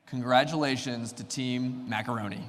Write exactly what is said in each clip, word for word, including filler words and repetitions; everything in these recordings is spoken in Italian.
Congratulations to Team Macaroni.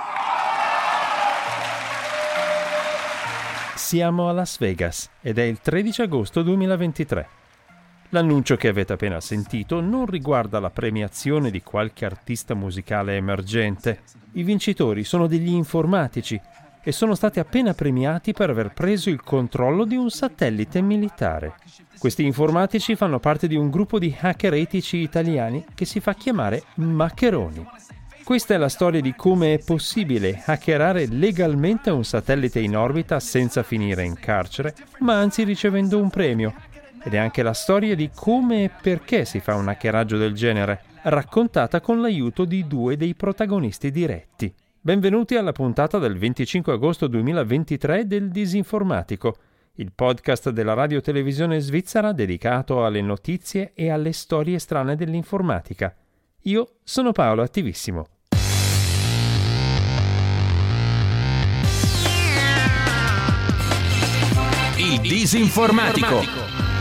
Siamo a Las Vegas ed è il tredici agosto duemilaventitré. L'annuncio che avete appena sentito non riguarda la premiazione di qualche artista musicale emergente. I vincitori sono degli informatici e sono stati appena premiati per aver preso il controllo di un satellite militare. Questi informatici fanno parte di un gruppo di hacker etici italiani che si fa chiamare Maccheroni. Questa è la storia di come è possibile hackerare legalmente un satellite in orbita senza finire in carcere, ma anzi ricevendo un premio. Ed è anche la storia di come e perché si fa un hackeraggio del genere, raccontata con l'aiuto di due dei protagonisti diretti. Benvenuti alla puntata del venticinque agosto duemilaventitré del Disinformatico, il podcast della radio-televisione svizzera dedicato alle notizie e alle storie strane dell'informatica. Io sono Paolo Attivissimo. Il Disinformatico.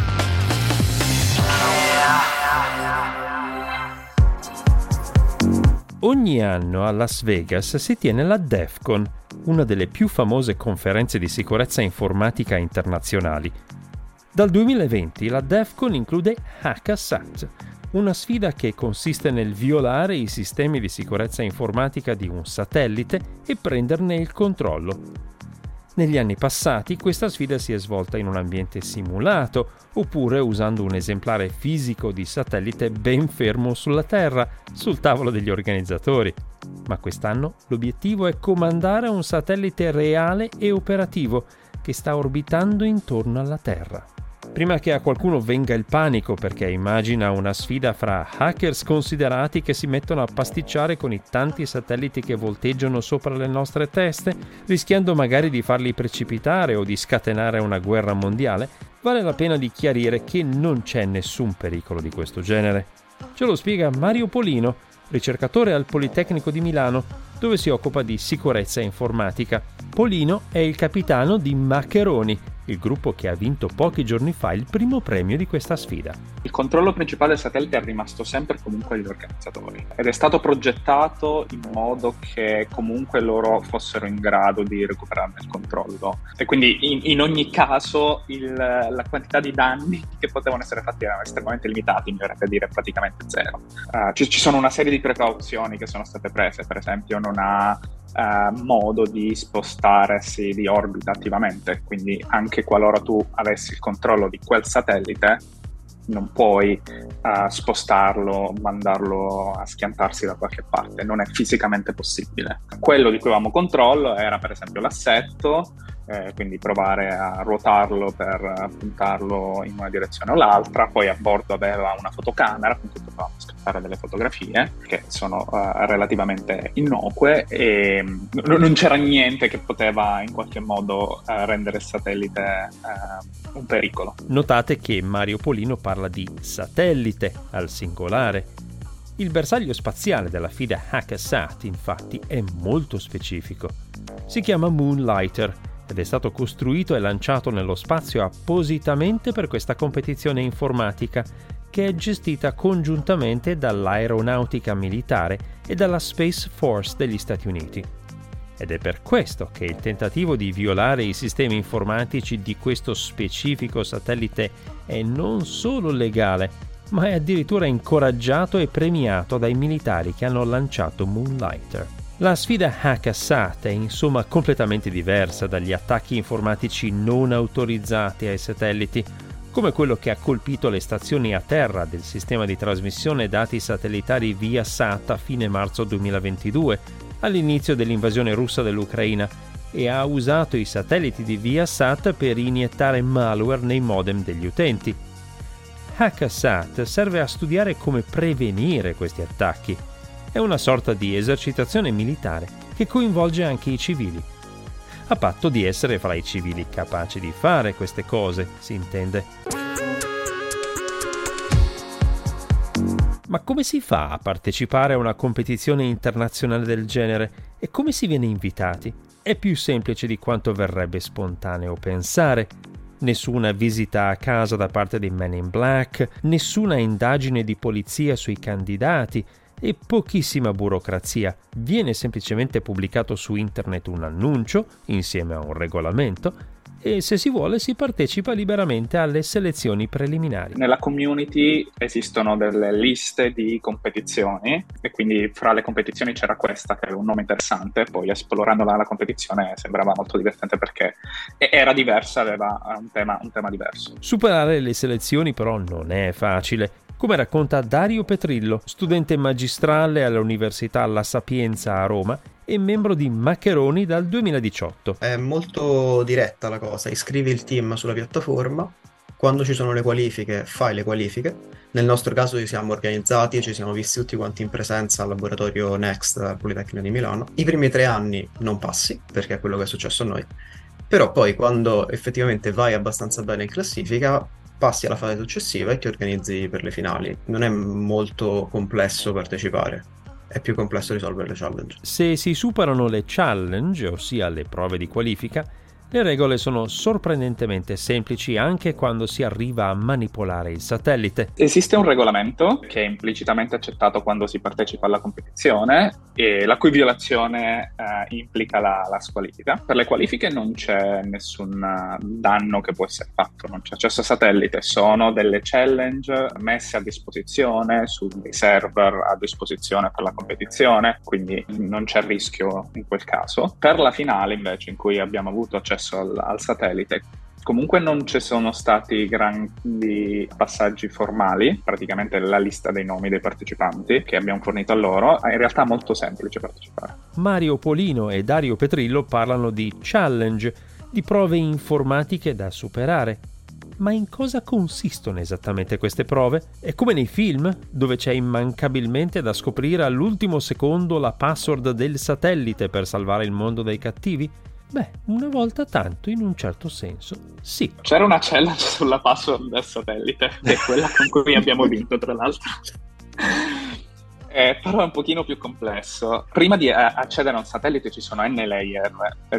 Ogni anno a Las Vegas si tiene la DEF CON, una delle più famose conferenze di sicurezza informatica internazionali. Dal duemilaventi la DEF CON include HackAssat, una sfida che consiste nel violare i sistemi di sicurezza informatica di un satellite e prenderne il controllo. Negli anni passati questa sfida si è svolta in un ambiente simulato, oppure usando un esemplare fisico di satellite ben fermo sulla Terra, sul tavolo degli organizzatori. Ma quest'anno l'obiettivo è comandare un satellite reale e operativo che sta orbitando intorno alla Terra. Prima che a qualcuno venga il panico perché immagina una sfida fra hackers considerati che si mettono a pasticciare con i tanti satelliti che volteggiano sopra le nostre teste, rischiando magari di farli precipitare o di scatenare una guerra mondiale, vale la pena di chiarire che non c'è nessun pericolo di questo genere. Ce lo spiega Mario Polino, ricercatore al Politecnico di Milano, dove si occupa di sicurezza informatica. Polino è il capitano di Maccheroni, il gruppo che ha vinto pochi giorni fa il primo premio di questa sfida. Il controllo principale del satellite è rimasto sempre comunque agli organizzatori ed è stato progettato in modo che comunque loro fossero in grado di recuperarne il controllo e quindi in, in ogni caso il, la quantità di danni che potevano essere fatti erano estremamente limitati, mi verrebbe a dire praticamente zero. Uh, ci, ci sono una serie di precauzioni che sono state prese, per esempio non ha Uh, modo di spostarsi di orbita attivamente, quindi anche qualora tu avessi il controllo di quel satellite non puoi uh, spostarlo, mandarlo a schiantarsi da qualche parte, non è fisicamente possibile. Quello di cui avevamo controllo era per esempio l'assetto, eh, quindi provare a ruotarlo per puntarlo in una direzione o l'altra. Poi a bordo aveva una fotocamera con cui potevamo scattare delle fotografie che sono uh, relativamente innocue e n- non c'era niente che poteva in qualche modo uh, rendere il satellite uh, un pericolo. Notate che Mario Polino parla di satellite al singolare. Il bersaglio spaziale della FIDA HackAssat infatti è molto specifico. Si chiama Moonlighter ed è stato costruito e lanciato nello spazio appositamente per questa competizione informatica che è gestita congiuntamente dall'aeronautica militare e dalla Space Force degli Stati Uniti. Ed è per questo che il tentativo di violare i sistemi informatici di questo specifico satellite è non solo legale, ma è addirittura incoraggiato e premiato dai militari che hanno lanciato Moonlighter. La sfida HackAssat è insomma completamente diversa dagli attacchi informatici non autorizzati ai satelliti, come quello che ha colpito le stazioni a terra del sistema di trasmissione dati satellitari Viasat a fine marzo duemilaventidue, all'inizio dell'invasione russa dell'Ucraina, e ha usato i satelliti di Viasat per iniettare malware nei modem degli utenti. HackAssat serve a studiare come prevenire questi attacchi. È una sorta di esercitazione militare che coinvolge anche i civili. A patto di essere fra i civili capaci di fare queste cose, si intende. Ma come si fa a partecipare a una competizione internazionale del genere e come si viene invitati? È più semplice di quanto verrebbe spontaneo pensare. Nessuna visita a casa da parte dei Men in Black, nessuna indagine di polizia sui candidati e pochissima burocrazia. Viene semplicemente pubblicato su internet un annuncio insieme a un regolamento e se si vuole si partecipa liberamente alle selezioni preliminari. Nella community esistono delle liste di competizioni e quindi fra le competizioni c'era questa che era un nome interessante, poi esplorando la, la competizione sembrava molto divertente perché era diversa, aveva un tema, un tema diverso. Superare le selezioni però non è facile, come racconta Dario Petrillo, studente magistrale all'Università La Sapienza a Roma e membro di Maccheroni dal duemiladiciotto. È molto diretta la cosa, iscrivi il team sulla piattaforma, quando ci sono le qualifiche fai le qualifiche. Nel nostro caso ci siamo organizzati, ci siamo visti tutti quanti in presenza al laboratorio Next al Politecnico di Milano. I primi tre anni non passi, perché è quello che è successo a noi, però poi quando effettivamente vai abbastanza bene in classifica passi alla fase successiva e ti organizzi per le finali. Non è molto complesso partecipare, è più complesso risolvere le challenge. Se si superano le challenge, ossia le prove di qualifica, le regole sono sorprendentemente semplici anche quando si arriva a manipolare il satellite. Esiste un regolamento che è implicitamente accettato quando si partecipa alla competizione e la cui violazione eh, implica la, la squalifica. Per le qualifiche non c'è nessun danno che può essere fatto, non c'è accesso a satellite, sono delle challenge messe a disposizione su dei server a disposizione per la competizione, quindi non c'è rischio in quel caso. Per la finale invece, in cui abbiamo avuto accesso Al, al satellite, comunque non ci sono stati grandi passaggi formali, praticamente la lista dei nomi dei partecipanti che abbiamo fornito a loro, è in realtà molto semplice partecipare. Mario Polino e Dario Petrillo parlano di challenge, di prove informatiche da superare. Ma in cosa consistono esattamente queste prove? È come nei film, dove c'è immancabilmente da scoprire all'ultimo secondo la password del satellite per salvare il mondo dai cattivi? Beh, una volta tanto, in un certo senso, sì. C'era una challenge sulla password del satellite, che è quella con cui abbiamo vinto, tra l'altro. Eh, però è un pochino più complesso. Prima di eh, accedere a un satellite ci sono n layer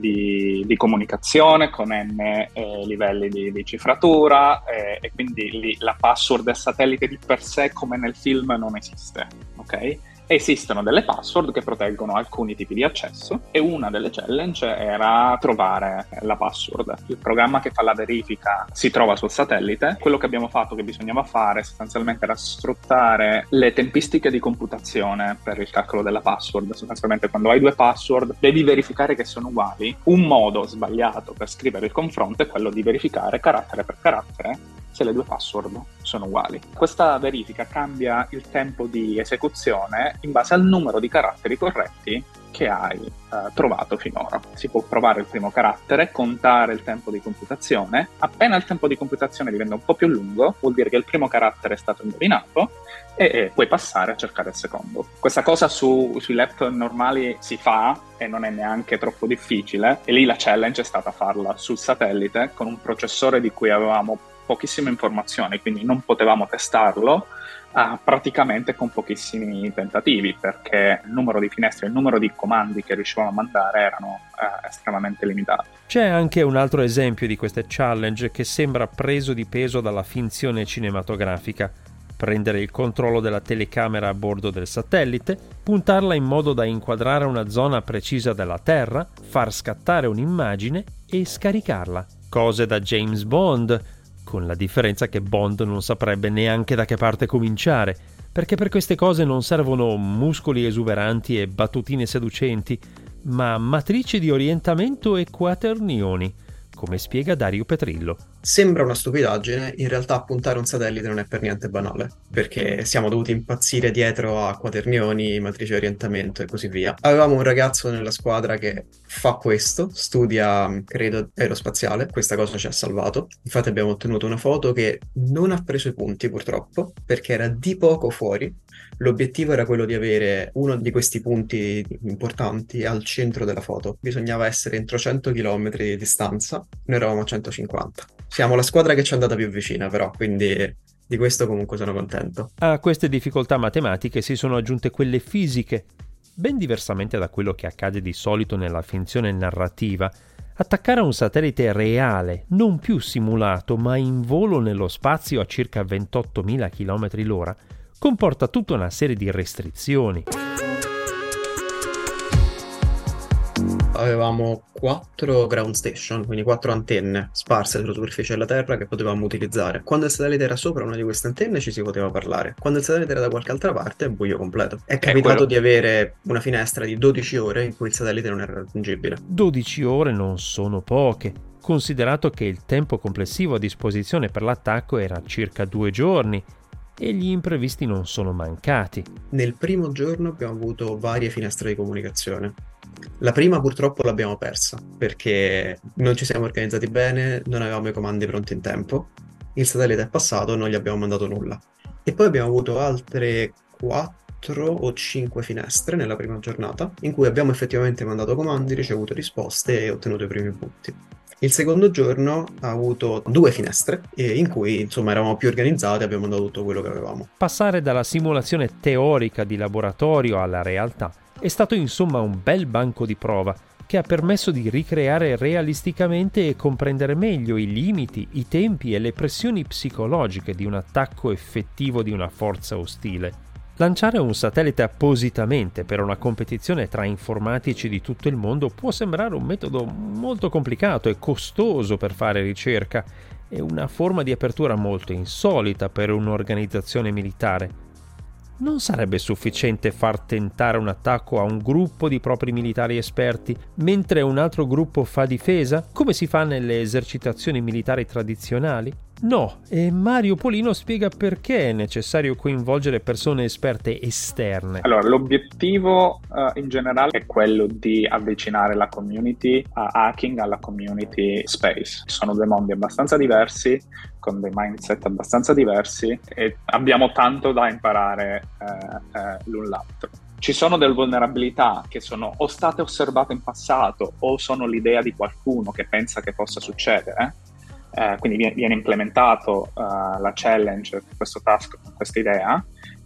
di, di comunicazione con n eh, livelli di, di cifratura eh, e quindi lì la password del satellite di per sé come nel film non esiste, ok? Esistono delle password che proteggono alcuni tipi di accesso e una delle challenge era trovare la password. Il programma che fa la verifica si trova sul satellite. Quello che abbiamo fatto, che bisognava fare sostanzialmente, era sfruttare le tempistiche di computazione per il calcolo della password. Sostanzialmente quando hai due password devi verificare che sono uguali. Un modo sbagliato per scrivere il confronto è quello di verificare carattere per carattere se le due password sono uguali. Questa verifica cambia il tempo di esecuzione in base al numero di caratteri corretti che hai eh, trovato finora. Si può provare il primo carattere, contare il tempo di computazione. Appena il tempo di computazione diventa un po' più lungo, vuol dire che il primo carattere è stato indovinato e, e puoi passare a cercare il secondo. Questa cosa su, sui laptop normali si fa e non è neanche troppo difficile, e lì la challenge è stata farla sul satellite con un processore di cui avevamo pochissime informazioni, quindi non potevamo testarlo uh, praticamente con pochissimi tentativi, perché il numero di finestre e il numero di comandi che riuscivamo a mandare erano uh, estremamente limitati. C'è anche un altro esempio di queste challenge che sembra preso di peso dalla finzione cinematografica. Prendere il controllo della telecamera a bordo del satellite, puntarla in modo da inquadrare una zona precisa della Terra, far scattare un'immagine e scaricarla. Cose da James Bond, con la differenza che Bond non saprebbe neanche da che parte cominciare, perché per queste cose non servono muscoli esuberanti e battutine seducenti, ma matrici di orientamento e quaternioni, come spiega Dario Petrillo. Sembra una stupidaggine, in realtà puntare un satellite non è per niente banale, perché siamo dovuti impazzire dietro a quaternioni, matrici di orientamento e così via. Avevamo un ragazzo nella squadra che fa questo, studia, credo, aerospaziale, questa cosa ci ha salvato. Infatti abbiamo ottenuto una foto che non ha preso i punti purtroppo, perché era di poco fuori. L'obiettivo era quello di avere uno di questi punti importanti al centro della foto. Bisognava essere entro cento chilometri di distanza, noi eravamo a centocinquanta. Siamo la squadra che ci è andata più vicina, però, quindi di questo comunque sono contento. A queste difficoltà matematiche si sono aggiunte quelle fisiche. Ben diversamente da quello che accade di solito nella finzione narrativa, attaccare a un satellite reale, non più simulato, ma in volo nello spazio a circa ventottomila chilometri l'ora, comporta tutta una serie di restrizioni. Avevamo quattro ground station, quindi quattro antenne sparse sulla superficie della Terra che potevamo utilizzare. Quando il satellite era sopra una di queste antenne ci si poteva parlare. Quando il satellite era da qualche altra parte è buio completo. È capitato quello... di avere una finestra di dodici ore in cui il satellite non era raggiungibile. dodici ore non sono poche, considerato che il tempo complessivo a disposizione per l'attacco era circa due giorni e gli imprevisti non sono mancati. Nel primo giorno abbiamo avuto varie finestre di comunicazione. La prima purtroppo l'abbiamo persa perché non ci siamo organizzati bene, non avevamo i comandi pronti in tempo, il satellite è passato e non gli abbiamo mandato nulla. E poi abbiamo avuto altre quattro o cinque finestre nella prima giornata in cui abbiamo effettivamente mandato comandi, ricevuto risposte e ottenuto i primi punti. Il secondo giorno ha avuto due finestre in cui insomma eravamo più organizzati e abbiamo mandato tutto quello che avevamo. Passare dalla simulazione teorica di laboratorio alla realtà è stato insomma un bel banco di prova che ha permesso di ricreare realisticamente e comprendere meglio i limiti, i tempi e le pressioni psicologiche di un attacco effettivo di una forza ostile. Lanciare un satellite appositamente per una competizione tra informatici di tutto il mondo può sembrare un metodo molto complicato e costoso per fare ricerca e una forma di apertura molto insolita per un'organizzazione militare. Non sarebbe sufficiente far tentare un attacco a un gruppo di propri militari esperti, mentre un altro gruppo fa difesa, come si fa nelle esercitazioni militari tradizionali? No, e Mario Polino spiega perché è necessario coinvolgere persone esperte esterne. Allora, l'obiettivo uh, in generale è quello di avvicinare la community a hacking alla community space. Sono due mondi abbastanza diversi, con dei mindset abbastanza diversi e abbiamo tanto da imparare eh, eh, l'un l'altro. Ci sono delle vulnerabilità che sono o state osservate in passato o sono l'idea di qualcuno che pensa che possa succedere. Eh, quindi viene, viene implementato uh, la challenge, questo task con questa idea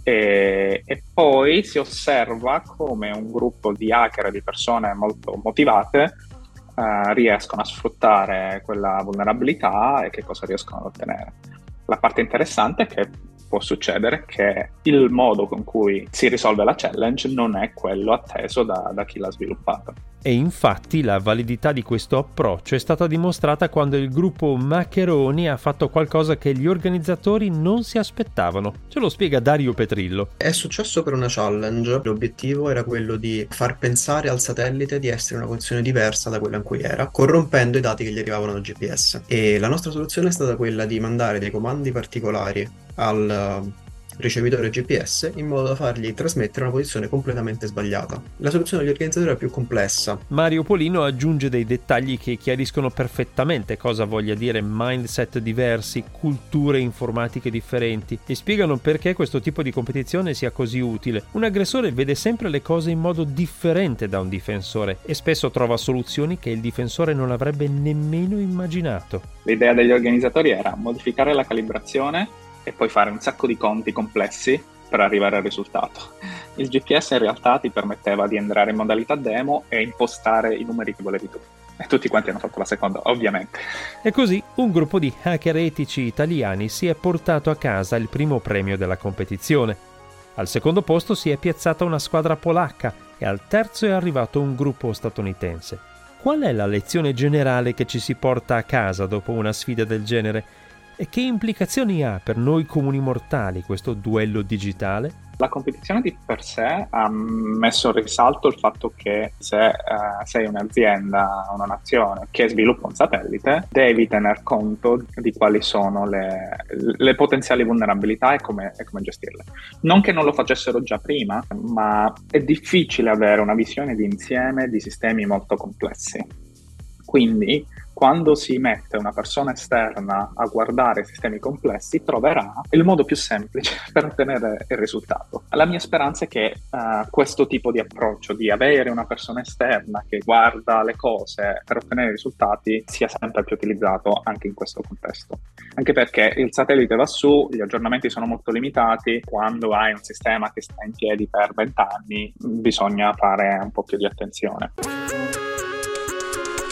e, e poi si osserva come un gruppo di hacker, di persone molto motivate uh, riescono a sfruttare quella vulnerabilità e che cosa riescono ad ottenere. La parte interessante è che può succedere che il modo con cui si risolve la challenge non è quello atteso da, da chi l'ha sviluppata. E infatti la validità di questo approccio è stata dimostrata quando il gruppo Maccheroni ha fatto qualcosa che gli organizzatori non si aspettavano. Ce lo spiega Dario Petrillo. È successo per una challenge. L'obiettivo era quello di far pensare al satellite di essere in una condizione diversa da quella in cui era, corrompendo i dati che gli arrivavano dal G P S. E la nostra soluzione è stata quella di mandare dei comandi particolari al ricevitore G P S in modo da fargli trasmettere una posizione completamente sbagliata. La soluzione degli organizzatori era più complessa. Mario Polino aggiunge dei dettagli che chiariscono perfettamente cosa voglia dire mindset diversi, culture informatiche differenti e spiegano perché questo tipo di competizione sia così utile. Un aggressore vede sempre le cose in modo differente da un difensore e spesso trova soluzioni che il difensore non avrebbe nemmeno immaginato. L'idea degli organizzatori era modificare la calibrazione e poi fare un sacco di conti complessi per arrivare al risultato. Il G P S in realtà ti permetteva di entrare in modalità demo e impostare i numeri che volevi tu. E tutti quanti hanno fatto la seconda, ovviamente. E così un gruppo di hacker etici italiani si è portato a casa il primo premio della competizione. Al secondo posto si è piazzata una squadra polacca e al terzo è arrivato un gruppo statunitense. Qual è la lezione generale che ci si porta a casa dopo una sfida del genere? E che implicazioni ha per noi comuni mortali questo duello digitale? La competizione di per sé ha messo in risalto il fatto che se eh, sei un'azienda, una nazione che sviluppa un satellite, devi tener conto di quali sono le, le potenziali vulnerabilità e come, e come gestirle. Non che non lo facessero già prima, ma è difficile avere una visione di insieme di sistemi molto complessi. Quindi, quando si mette una persona esterna a guardare sistemi complessi, troverà il modo più semplice per ottenere il risultato. La mia speranza è che uh, questo tipo di approccio, di avere una persona esterna che guarda le cose per ottenere i risultati, sia sempre più utilizzato anche in questo contesto. Anche perché il satellite va su, gli aggiornamenti sono molto limitati, quando hai un sistema che sta in piedi per vent'anni bisogna fare un po' più di attenzione.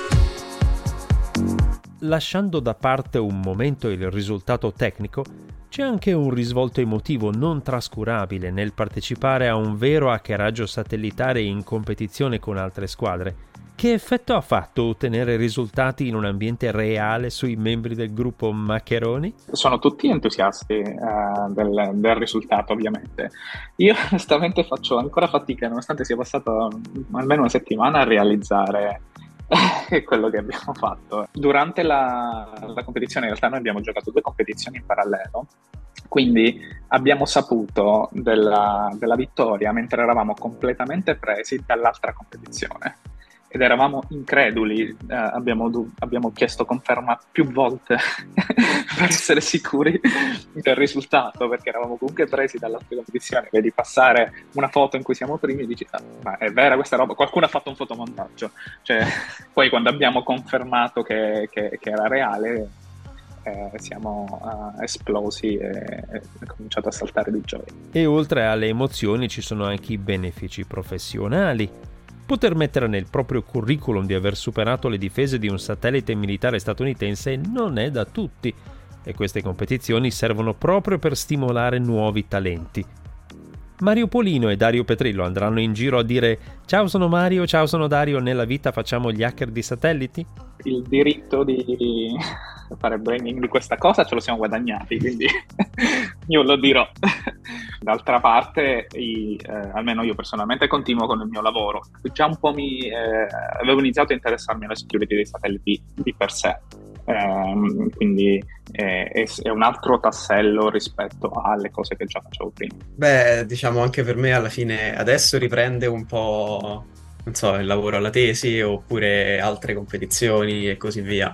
Lasciando da parte un momento il risultato tecnico, C'è anche un risvolto emotivo non trascurabile nel partecipare a un vero hackeraggio satellitare in competizione con altre squadre. Che effetto ha fatto ottenere risultati in un ambiente reale sui membri del gruppo Maccheroni? Sono tutti entusiasti eh, del, del risultato, ovviamente. Io onestamente faccio ancora fatica, nonostante sia passato almeno una settimana, a realizzare quello che abbiamo fatto. Durante la, la competizione, in realtà noi abbiamo giocato due competizioni in parallelo, quindi abbiamo saputo della, della vittoria mentre eravamo completamente presi dall'altra competizione. Ed eravamo increduli, eh, abbiamo, abbiamo chiesto conferma più volte per essere sicuri del risultato, perché eravamo comunque presi dall'altra competizione. Vedi passare una foto in cui siamo primi e dici, ah, ma è vera questa roba? Qualcuno ha fatto un fotomontaggio. Cioè, poi quando abbiamo confermato che, che, che era reale, eh, siamo uh, esplosi e è cominciato a saltare di gioia. E oltre alle emozioni ci sono anche i benefici professionali. Poter mettere nel proprio curriculum di aver superato le difese di un satellite militare statunitense non è da tutti, e queste competizioni servono proprio per stimolare nuovi talenti. Mario Polino e Dario Petrillo andranno in giro a dire «Ciao, sono Mario, ciao, sono Dario, nella vita facciamo gli hacker di satelliti?» Il diritto di fare branding di questa cosa ce lo siamo guadagnati, quindi io lo dirò. D'altra parte, i, eh, almeno io personalmente continuo con il mio lavoro. Già un po' mi eh, avevo iniziato a interessarmi alla security dei satelliti di per sé, eh, quindi eh, è, è un altro tassello rispetto alle cose che già facevo prima. Beh, diciamo anche per me alla fine adesso riprende un po', non so, il lavoro alla tesi oppure altre competizioni e così via.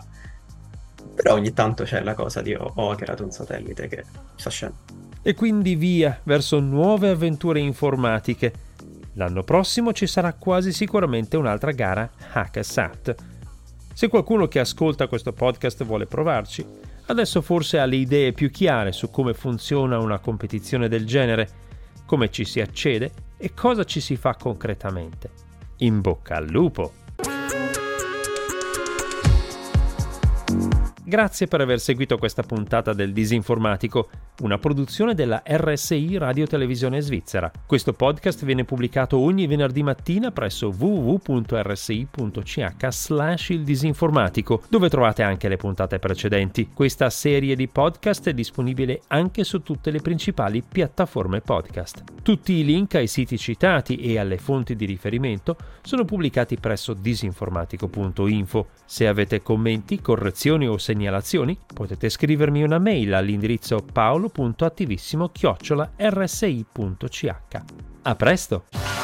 Però ogni tanto c'è la cosa di ho, ho hackerato un satellite che sta scendendo. E quindi via verso nuove avventure informatiche. L'anno prossimo ci sarà quasi sicuramente un'altra gara HackerSat. Se qualcuno che ascolta questo podcast vuole provarci, adesso forse ha le idee più chiare su come funziona una competizione del genere, come ci si accede e cosa ci si fa concretamente. In bocca al lupo! Grazie per aver seguito questa puntata del Disinformatico, una produzione della R S I Radio Televisione Svizzera. Questo podcast viene pubblicato ogni venerdì mattina presso w w w punto r s i punto c h slash il disinformatico, dove trovate anche le puntate precedenti. Questa serie di podcast è disponibile anche su tutte le principali piattaforme podcast. Tutti i link ai siti citati e alle fonti di riferimento sono pubblicati presso disinformatico punto info. Se avete commenti, correzioni o segnalazioni, potete scrivermi una mail all'indirizzo paolo punto attivissimo chiocciola r s i punto c h. A presto!